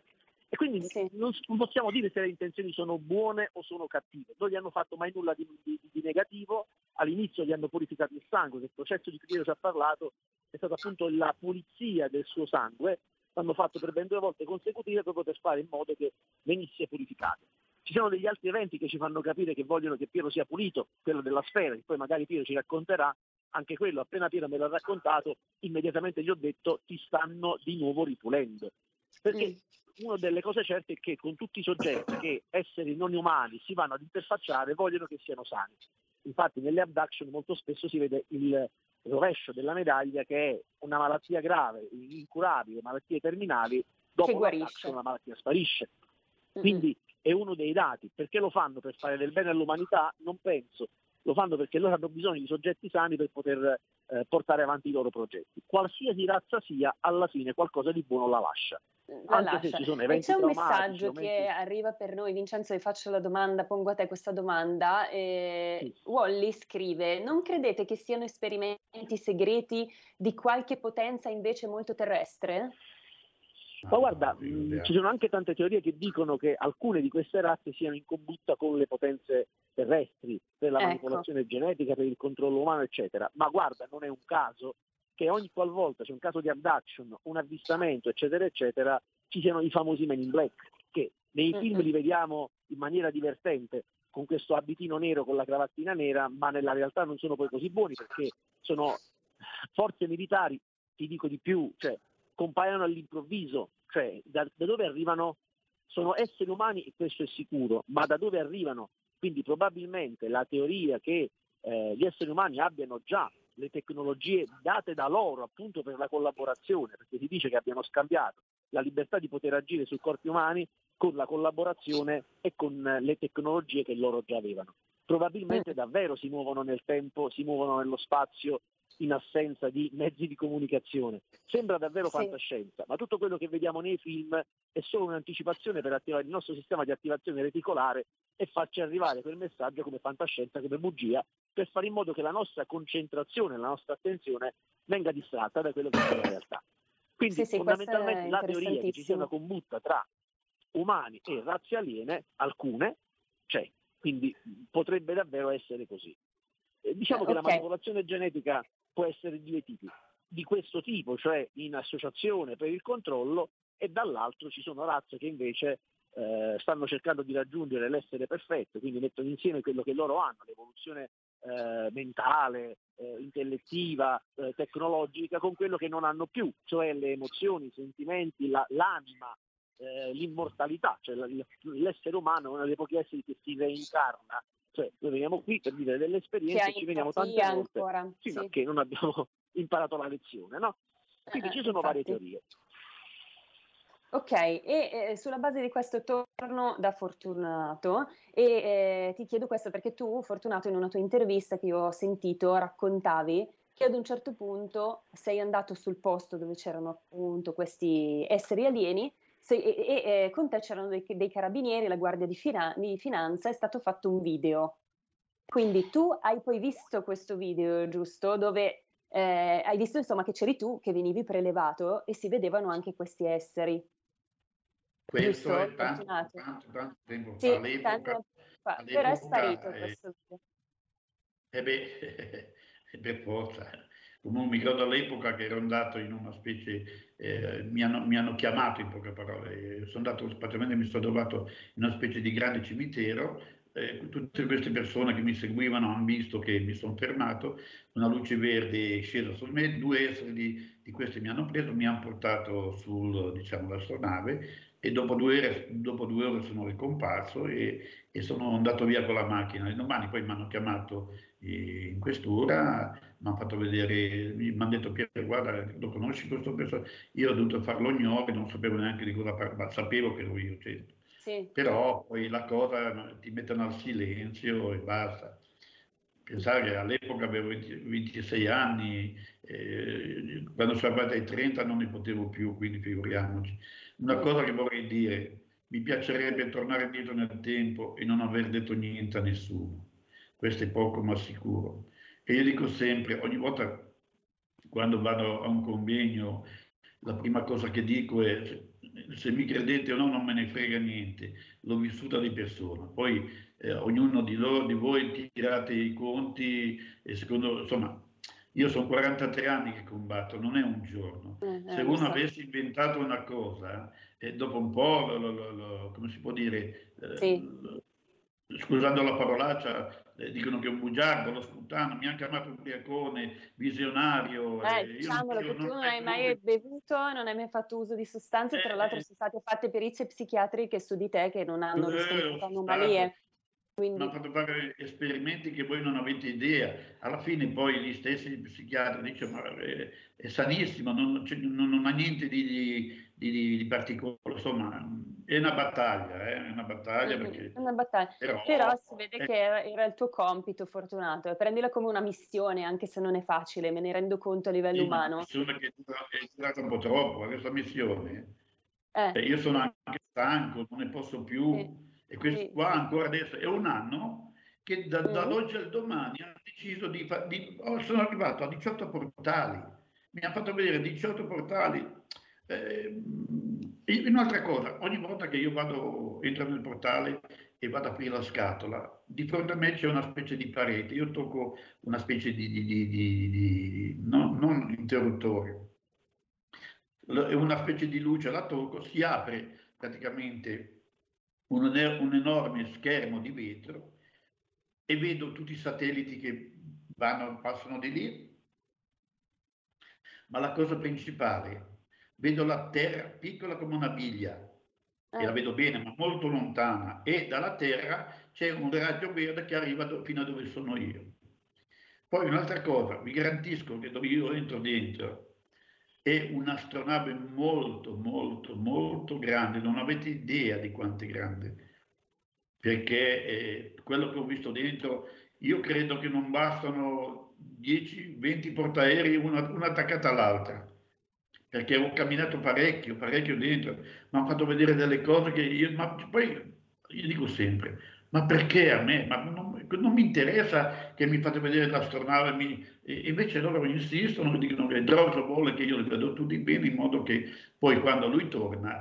E quindi non possiamo dire se le intenzioni sono buone o sono cattive. Non gli hanno fatto mai nulla di negativo, all'inizio gli hanno purificato il sangue, il processo di cui ci ha parlato è stato appunto la pulizia del suo sangue, l'hanno fatto per ben 2 volte consecutive proprio per fare in modo che venisse purificato. Ci sono degli altri eventi che ci fanno capire che vogliono che Piero sia pulito, quello della sfera, che poi magari Piero ci racconterà, anche quello appena Piero me l'ha raccontato, immediatamente gli ho detto ti stanno di nuovo ripulendo. Perché una delle cose certe è che con tutti i soggetti che esseri non umani si vanno ad interfacciare vogliono che siano sani. Infatti nelle abduction molto spesso si vede il rovescio della medaglia, che è una malattia grave, incurabile, malattie terminali, dopo l'abduction la malattia sparisce. Quindi è uno dei dati. Perché lo fanno? Per fare del bene all'umanità? Non penso. Lo fanno perché loro hanno bisogno di soggetti sani per poter portare avanti i loro progetti. Qualsiasi razza sia, alla fine qualcosa di buono la lascia. Anche se ci sono eventi c'è un traumatici, messaggio che arriva per noi, Vincenzo, vi faccio la domanda, pongo a te questa domanda. Wally scrive: non credete che siano esperimenti segreti di qualche potenza invece molto terrestre? Ma guarda, ci sono anche tante teorie che dicono che alcune di queste razze siano in combutta con le potenze terrestri per la manipolazione genetica, per il controllo umano, eccetera. Ma guarda, non è un caso che ogni qualvolta c'è un caso di abduction, un avvistamento, eccetera, eccetera, ci siano i famosi Men in Black, che nei film li vediamo in maniera divertente, con questo abitino nero, con la cravattina nera, ma nella realtà non sono poi così buoni, perché sono forze militari, ti dico di più, cioè compaiono all'improvviso, cioè da dove arrivano? Sono esseri umani e questo è sicuro, ma da dove arrivano? Quindi probabilmente la teoria che gli esseri umani abbiano già le tecnologie date da loro appunto per la collaborazione, perché si dice che abbiano scambiato la libertà di poter agire sui corpi umani con la collaborazione e con le tecnologie che loro già avevano. Probabilmente davvero si muovono nel tempo, si muovono nello spazio in assenza di mezzi di comunicazione. Sembra davvero fantascienza, ma tutto quello che vediamo nei film è solo un'anticipazione per attivare il nostro sistema di attivazione reticolare e farci arrivare quel messaggio come fantascienza, come bugia, per fare in modo che la nostra concentrazione, la nostra attenzione venga distratta da quello che è la realtà. Quindi fondamentalmente la teoria che ci sia una combutta tra umani e razze aliene, alcune, c'è, quindi potrebbe davvero essere così. Diciamo che la manipolazione genetica può essere di 2 tipi, di questo tipo, cioè in associazione per il controllo, e dall'altro ci sono razze che invece stanno cercando di raggiungere l'essere perfetto, quindi mettono insieme quello che loro hanno, l'evoluzione mentale, intellettiva, tecnologica, con quello che non hanno più, cioè le emozioni, i sentimenti, l'anima, l'immortalità, cioè l'essere umano è uno dei pochi esseri che si reincarna. Cioè noi veniamo qui per vivere delle esperienze e ci veniamo tante volte fino a che non abbiamo imparato la lezione, no? Quindi ci sono varie teorie. Ok, e sulla base di questo torno da Fortunato e ti chiedo questo perché tu, Fortunato, in una tua intervista che io ho sentito, raccontavi che ad un certo punto sei andato sul posto dove c'erano appunto questi esseri alieni e con te c'erano dei carabinieri, la Guardia di Finanza, è stato fatto un video. Quindi tu hai poi visto questo video, giusto? Dove hai visto insomma che c'eri tu, che venivi prelevato e si vedevano anche questi esseri. Questo giusto? è tanto tempo fa, Sì, all'epoca, tanto fa. Però è sparito questo video. Per forza. Comunque mi ricordo all'epoca che ero andato in una specie, mi hanno chiamato in poche parole, sono andato praticamente, mi sono trovato in una specie di grande cimitero, tutte queste persone che mi seguivano hanno visto che mi sono fermato, una luce verde è scesa su me, 2 esseri di questi mi hanno preso, mi hanno portato sull'astronave e dopo 2 ore sono ricomparso e sono andato via con la macchina. E domani poi mi hanno chiamato in questura, mi hanno fatto vedere, mi hanno detto: Piero, guarda, lo conosci questo personaggio? Io ho dovuto farlo ignoro, non sapevo neanche di cosa parlava, sapevo che ero io, certo. Sì. Però poi la cosa ti mettono al silenzio e basta. Pensare che all'epoca avevo 26 anni, quando sono arrivato ai 30 non ne potevo più, quindi figuriamoci. Una cosa che vorrei dire, mi piacerebbe tornare indietro nel tempo e non aver detto niente a nessuno. Questo è poco ma sicuro. E io dico sempre, ogni volta quando vado a un convegno, la prima cosa che dico è: se mi credete o no, non me ne frega niente, l'ho vissuta di persona. Poi ognuno di voi tirate i conti e secondo, insomma, io sono 43 anni che combatto, non è un giorno. Se uno avesse inventato una cosa, dopo un po', come si può dire, scusando la parolaccia, dicono che è un bugiardo, lo sputtano, mi hanno chiamato ubriacone, visionario. Diciamolo che tu non hai mai bevuto, non hai mai fatto uso di sostanze, tra l'altro sono state fatte perizie psichiatriche su di te che non hanno riscontrato anomalie. Quindi... Mi hanno fatto fare esperimenti che voi non avete idea. Alla fine poi gli stessi psichiatri dicono ma è sanissimo, non ha niente di particolare. Insomma, è una battaglia, perché... È una battaglia. Però si vede che era il tuo compito, Fortunato, prendila come una missione, anche se non è facile, me ne rendo conto a livello umano. È una missione che è durata un po' troppo, questa missione. Io sono anche stanco, non ne posso più. E questo qua ancora adesso è un anno che dall'oggi al domani hanno deciso sono arrivato a 18 portali, mi hanno fatto vedere 18 portali. Un'altra cosa, ogni volta che io entro nel portale e vado a aprire la scatola, di fronte a me c'è una specie di parete, io tocco una specie non interruttore, una specie di luce, la tocco, si apre praticamente un enorme schermo di vetro e vedo tutti i satelliti che passano di lì, ma la cosa principale, vedo la Terra piccola come una biglia, e la vedo bene, ma molto lontana, e dalla Terra c'è un raggio verde che arriva fino a dove sono io. Poi un'altra cosa, vi garantisco che dove io entro dentro è un'astronave molto, molto, molto grande, non avete idea di quanto è grande, perché quello che ho visto dentro, io credo che non bastano 10-20 portaerei una attaccata all'altra, perché ho camminato parecchio dentro, mi hanno fatto vedere delle cose che poi io dico sempre, ma perché a me? Ma non mi interessa che mi fate vedere l'astronave, invece loro insistono, mi dicono che Droso vuole che io li vedo tutti bene, in modo che poi quando lui torna,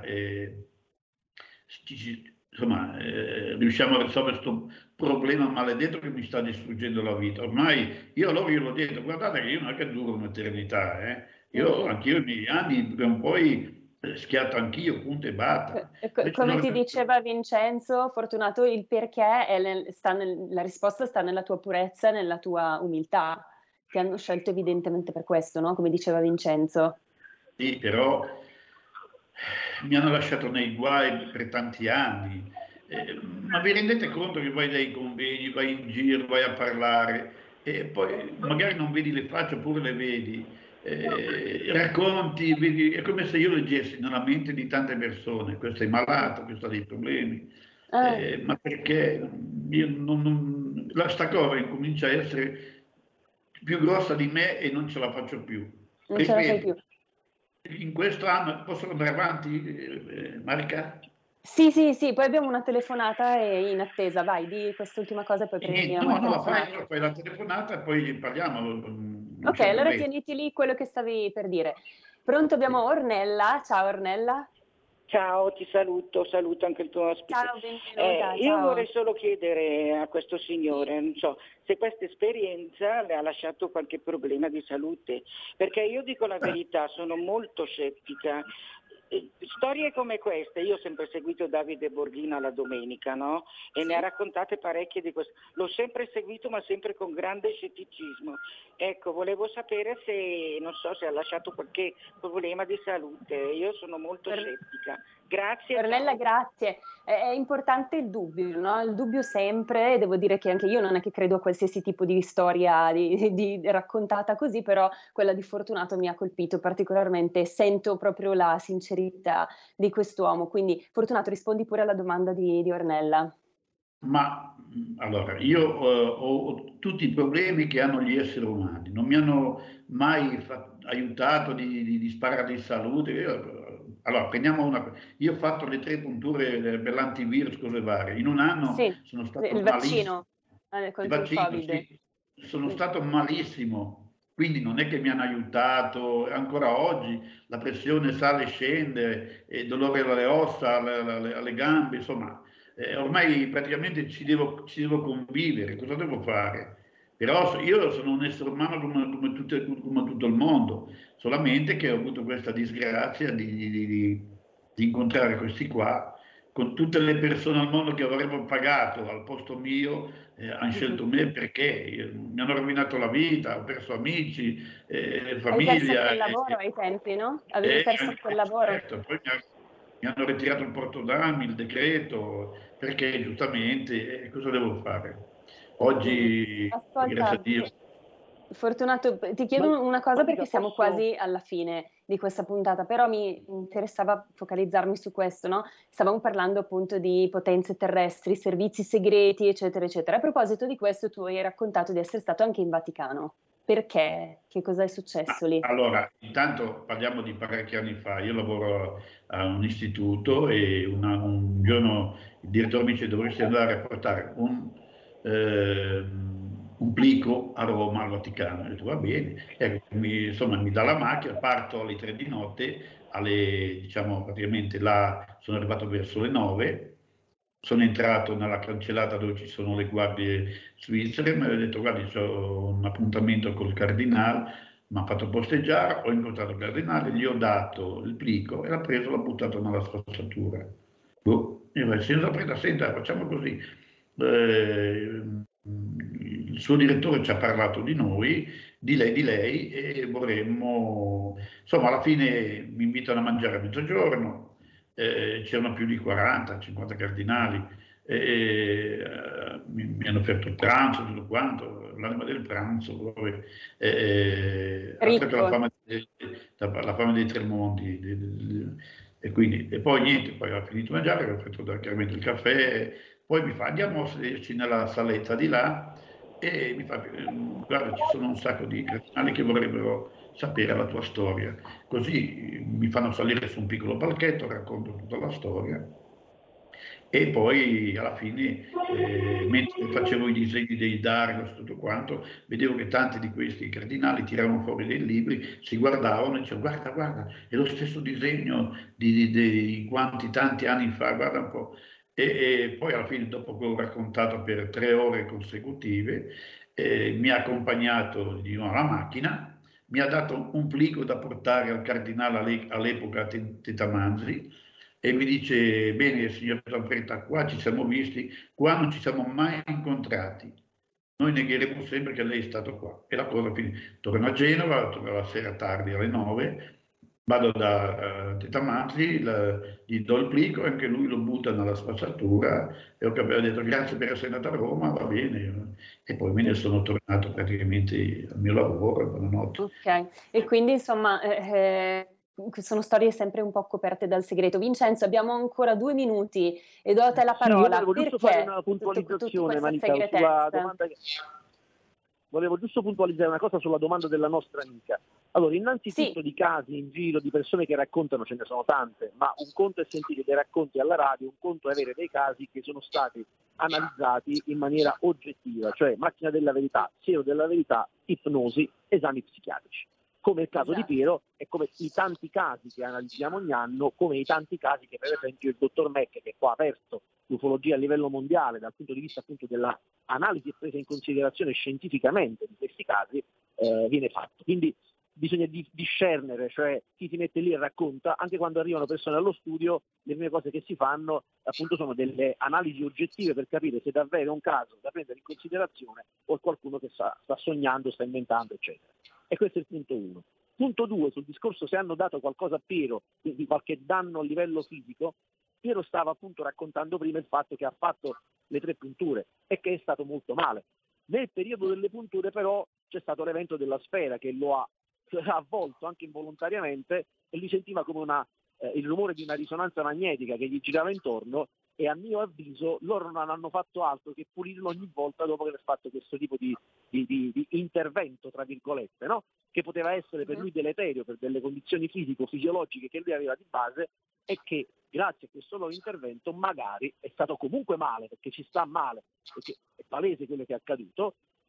riusciamo a risolvere questo problema maledetto che mi sta distruggendo la vita. Ormai io l'ho detto, guardate che io non è che duro un'eternità, anch'io i miei anni, poi schiatto anch'io, punto e basta. Come ti diceva Vincenzo, Fortunato, il perché la risposta sta nella tua purezza, nella tua umiltà. Ti hanno scelto evidentemente per questo, no? Come diceva Vincenzo. Sì, però mi hanno lasciato nei guai per tanti anni. Ma vi rendete conto che vai dai convegni, vai in giro, vai a parlare e poi magari non vedi le facce oppure le vedi, racconti, è come se io leggessi nella mente di tante persone, questo è malato, questo ha dei problemi, ma perché sta cosa incomincia a essere più grossa di me e non ce la faccio più. Non ce la fai più. In questo anno posso andare avanti, Marica? Sì, poi abbiamo una telefonata in attesa, vai, di quest'ultima cosa e poi prendiamo. No, fai la telefonata e poi parliamo. Ok, allora tieniti lì quello che stavi per dire. Pronto, abbiamo Ornella. Ciao Ornella. Ciao, ti saluto anche il tuo ospite. Ciao, benvenuta. Io vorrei solo chiedere a questo signore, non so, se questa esperienza le ha lasciato qualche problema di salute, perché io dico la verità, sono molto scettica. Storie come queste, io ho sempre seguito Davide Borghina la domenica, no? E ne ha raccontate parecchie di questo. L'ho sempre seguito, ma sempre con grande scetticismo. Ecco, volevo sapere se ha lasciato qualche problema di salute. Io sono molto scettica. Grazie. Ornella, grazie. È importante il dubbio, no? Il dubbio sempre, devo dire che anche io non è che credo a qualsiasi tipo di storia di raccontata così, però quella di Fortunato mi ha colpito particolarmente, sento proprio la sincerità di quest'uomo, quindi Fortunato rispondi pure alla domanda di Ornella. Ma allora, io ho tutti i problemi che hanno gli esseri umani, non mi hanno mai aiutato di sparare di salute. Allora, prendiamo io ho fatto le 3 punture per l'antivirus, cose varie. In un anno sono stato il vaccino contro il Covid. Sì. Sono stato malissimo. quindi non è che mi hanno aiutato. Ancora oggi la pressione sale e scende, e dolore alle ossa, alle gambe, insomma, ormai praticamente ci devo convivere. Cosa devo fare? Però io sono un essere umano come tutto il mondo, solamente che ho avuto questa disgrazia di incontrare questi qua, con tutte le persone al mondo che avrebbero pagato al posto mio, hanno scelto me perché mi hanno rovinato la vita, ho perso amici, famiglia. Hai perso quel lavoro ai tempi, no? Avevi perso quel lavoro. Certo, poi mi hanno ritirato il porto d'armi, il decreto, perché giustamente cosa devo fare? Oggi, Ascolta, grazie a Dio. Fortunato, ti chiedo una cosa perché siamo quasi alla fine di questa puntata, però mi interessava focalizzarmi su questo, no? Stavamo parlando appunto di potenze terrestri, servizi segreti, eccetera, eccetera. A proposito di questo, tu hai raccontato di essere stato anche in Vaticano. Perché? Che cosa è successo lì? Allora, intanto parliamo di parecchi anni fa. Io lavoro a un istituto e un giorno il direttore mi dice: dovresti andare a portare un plico a Roma, al Vaticano. Ho detto va bene, insomma mi dà la macchina, parto alle 3 di notte, diciamo praticamente là sono arrivato verso le 9, sono entrato nella cancellata dove ci sono le guardie svizzere, mi aveva detto guardi ho un appuntamento col cardinale, mi ha fatto posteggiare, ho incontrato il cardinale, gli ho dato il plico e l'ha preso, l'ha buttato nella spazzatura. E senza preda, senta, facciamo così. Il suo direttore ci ha parlato di noi, di lei e vorremmo, insomma alla fine mi invitano a mangiare a mezzogiorno, c'erano più di 40-50 cardinali, mi hanno offerto il pranzo, tutto quanto, l'anima del pranzo, ha fatto la fama dei tre mondi, e poi niente, poi ho finito di mangiare, ho fatto chiaramente il caffè, poi mi fa andiamo a sederci nella saletta di là e mi fa guarda ci sono un sacco di cardinali che vorrebbero sapere la tua storia, così mi fanno salire su un piccolo palchetto, racconto tutta la storia e poi alla fine mentre facevo i disegni dei Darius tutto quanto, vedevo che tanti di questi cardinali tiravano fuori dei libri, si guardavano e dicevano guarda è lo stesso disegno di quanti tanti anni fa, guarda un po'. E poi alla fine, dopo che ho raccontato per 3 ore consecutive, mi ha accompagnato di nuovo alla macchina, mi ha dato un plico da portare al cardinale all'epoca Tetamanzi e mi dice: bene signor Zanfretta, qua ci siamo visti, qua non ci siamo mai incontrati, noi negheremo sempre che lei è stato qua. E la cosa finì. Torno a Genova, torno la sera tardi alle 9, vado da Tetamanzi, gli do il plico, anche lui lo butta nella spazzatura e ho detto grazie per essere andato a Roma, va bene, e poi me ne sono tornato praticamente al mio lavoro, buonanotte. Ok, e quindi insomma sono storie sempre un po' coperte dal segreto. Vincenzo, abbiamo ancora 2 minuti e do a te la parola. Io volevo giusto fare una puntualizzazione, Manica, sulla domanda volevo giusto puntualizzare una cosa sulla domanda della nostra amica. Allora, innanzitutto di casi in giro, di persone che raccontano, ce ne sono tante, ma un conto è sentire dei racconti alla radio, un conto è avere dei casi che sono stati analizzati in maniera oggettiva, cioè macchina della verità, siero della verità, ipnosi, esami psichiatrici. Come il caso di Piero e come i tanti casi che analizziamo ogni anno, come i tanti casi che per esempio il dottor Mecche, che qua ha aperto l'ufologia a livello mondiale dal punto di vista appunto dell'analisi e presa in considerazione scientificamente di questi casi, viene fatto. Quindi bisogna discernere, cioè chi si mette lì e racconta, anche quando arrivano persone allo studio, le prime cose che si fanno appunto sono delle analisi oggettive per capire se davvero è un caso da prendere in considerazione o è qualcuno che sta sognando, sta inventando, eccetera. E questo è il punto 1. Punto 2, sul discorso se hanno dato qualcosa a Piero, quindi qualche danno a livello fisico, Piero stava appunto raccontando prima il fatto che ha fatto le 3 punture e che è stato molto male. Nel periodo delle punture però c'è stato l'evento della sfera che lo ha avvolto anche involontariamente e lui sentiva come il rumore di una risonanza magnetica che gli girava intorno e a mio avviso loro non hanno fatto altro che pulirlo ogni volta dopo aver fatto questo tipo di intervento, tra virgolette, no? Che poteva essere per lui deleterio per delle condizioni fisico-fisiologiche che lui aveva di base e che grazie a questo loro intervento magari è stato comunque male, perché ci sta male, perché è palese quello che è accaduto,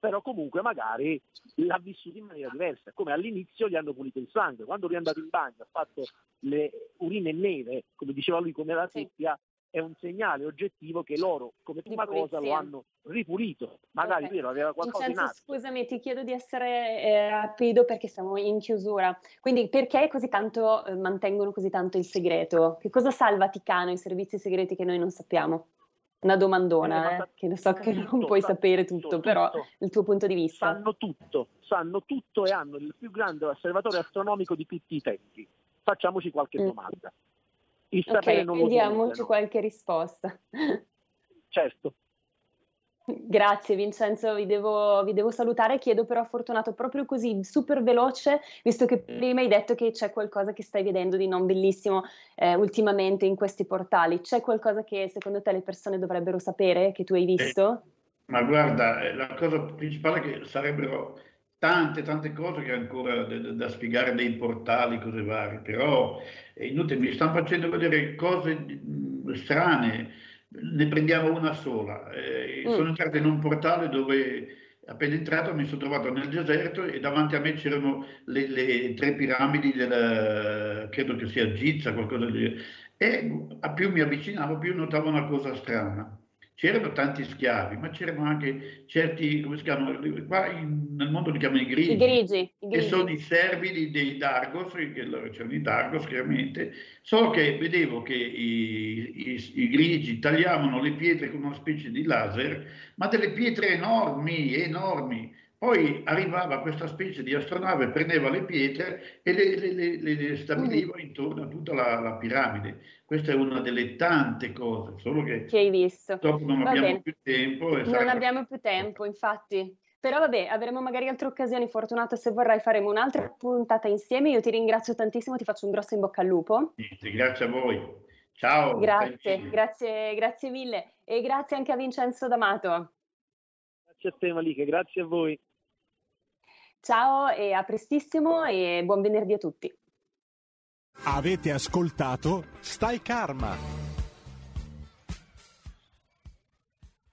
però comunque magari l'ha vissuto in maniera diversa, come all'inizio gli hanno pulito il sangue, quando lui è andato in bagno, ha fatto le urine nere, come diceva lui, come la seppia, è un segnale oggettivo che loro, come prima cosa, lo hanno ripulito. Magari vero, aveva qualcosa in atto. Scusami, ti chiedo di essere rapido perché siamo in chiusura. Quindi perché così tanto mantengono così tanto il segreto? Che cosa sa il Vaticano, i servizi segreti che noi non sappiamo? Una domandona, che lo so che non puoi sapere tutto, però il tuo punto di vista. Sanno tutto e hanno il più grande osservatorio astronomico di tutti i tempi. Facciamoci qualche domanda. Il sapere non lo diamoci qualche risposta. Certo. Grazie Vincenzo, vi devo salutare, chiedo però a Fortunato proprio così super veloce, visto che prima hai detto che c'è qualcosa che stai vedendo di non bellissimo ultimamente in questi portali, c'è qualcosa che secondo te le persone dovrebbero sapere, che tu hai visto? Ma guarda, la cosa principale è che sarebbero tante cose che ancora da spiegare dei portali, cose varie, però è inutile, mi stanno facendo vedere cose strane, ne prendiamo una sola. Sono entrato in un portale dove appena entrato mi sono trovato nel deserto e davanti a me c'erano le 3 piramidi credo che sia Giza, qualcosa di... E a più mi avvicinavo più notavo una cosa strana. C'erano tanti schiavi, ma c'erano anche certi, come si chiamano, qua nel mondo li chiamano i grigi. I grigi. Che sono i servi dei Dargos, che c'erano i Dargos chiaramente, solo che vedevo che i grigi tagliavano le pietre con una specie di laser, ma delle pietre enormi. Poi arrivava questa specie di astronave, prendeva le pietre e le stabiliva intorno a tutta la piramide. Questa è una delle tante cose, solo che hai visto. Dopo non abbiamo più tempo. Non abbiamo più tempo, infatti. Però vabbè, avremo magari altre occasioni. Fortunato, se vorrai faremo un'altra puntata insieme. Io ti ringrazio tantissimo, ti faccio un grosso in bocca al lupo. Grazie a voi. Ciao. Grazie mille. E grazie anche a Vincenzo D'Amato. Grazie a te Malika, grazie a voi. Ciao e a prestissimo e buon venerdì a tutti. Avete ascoltato Stai Karma.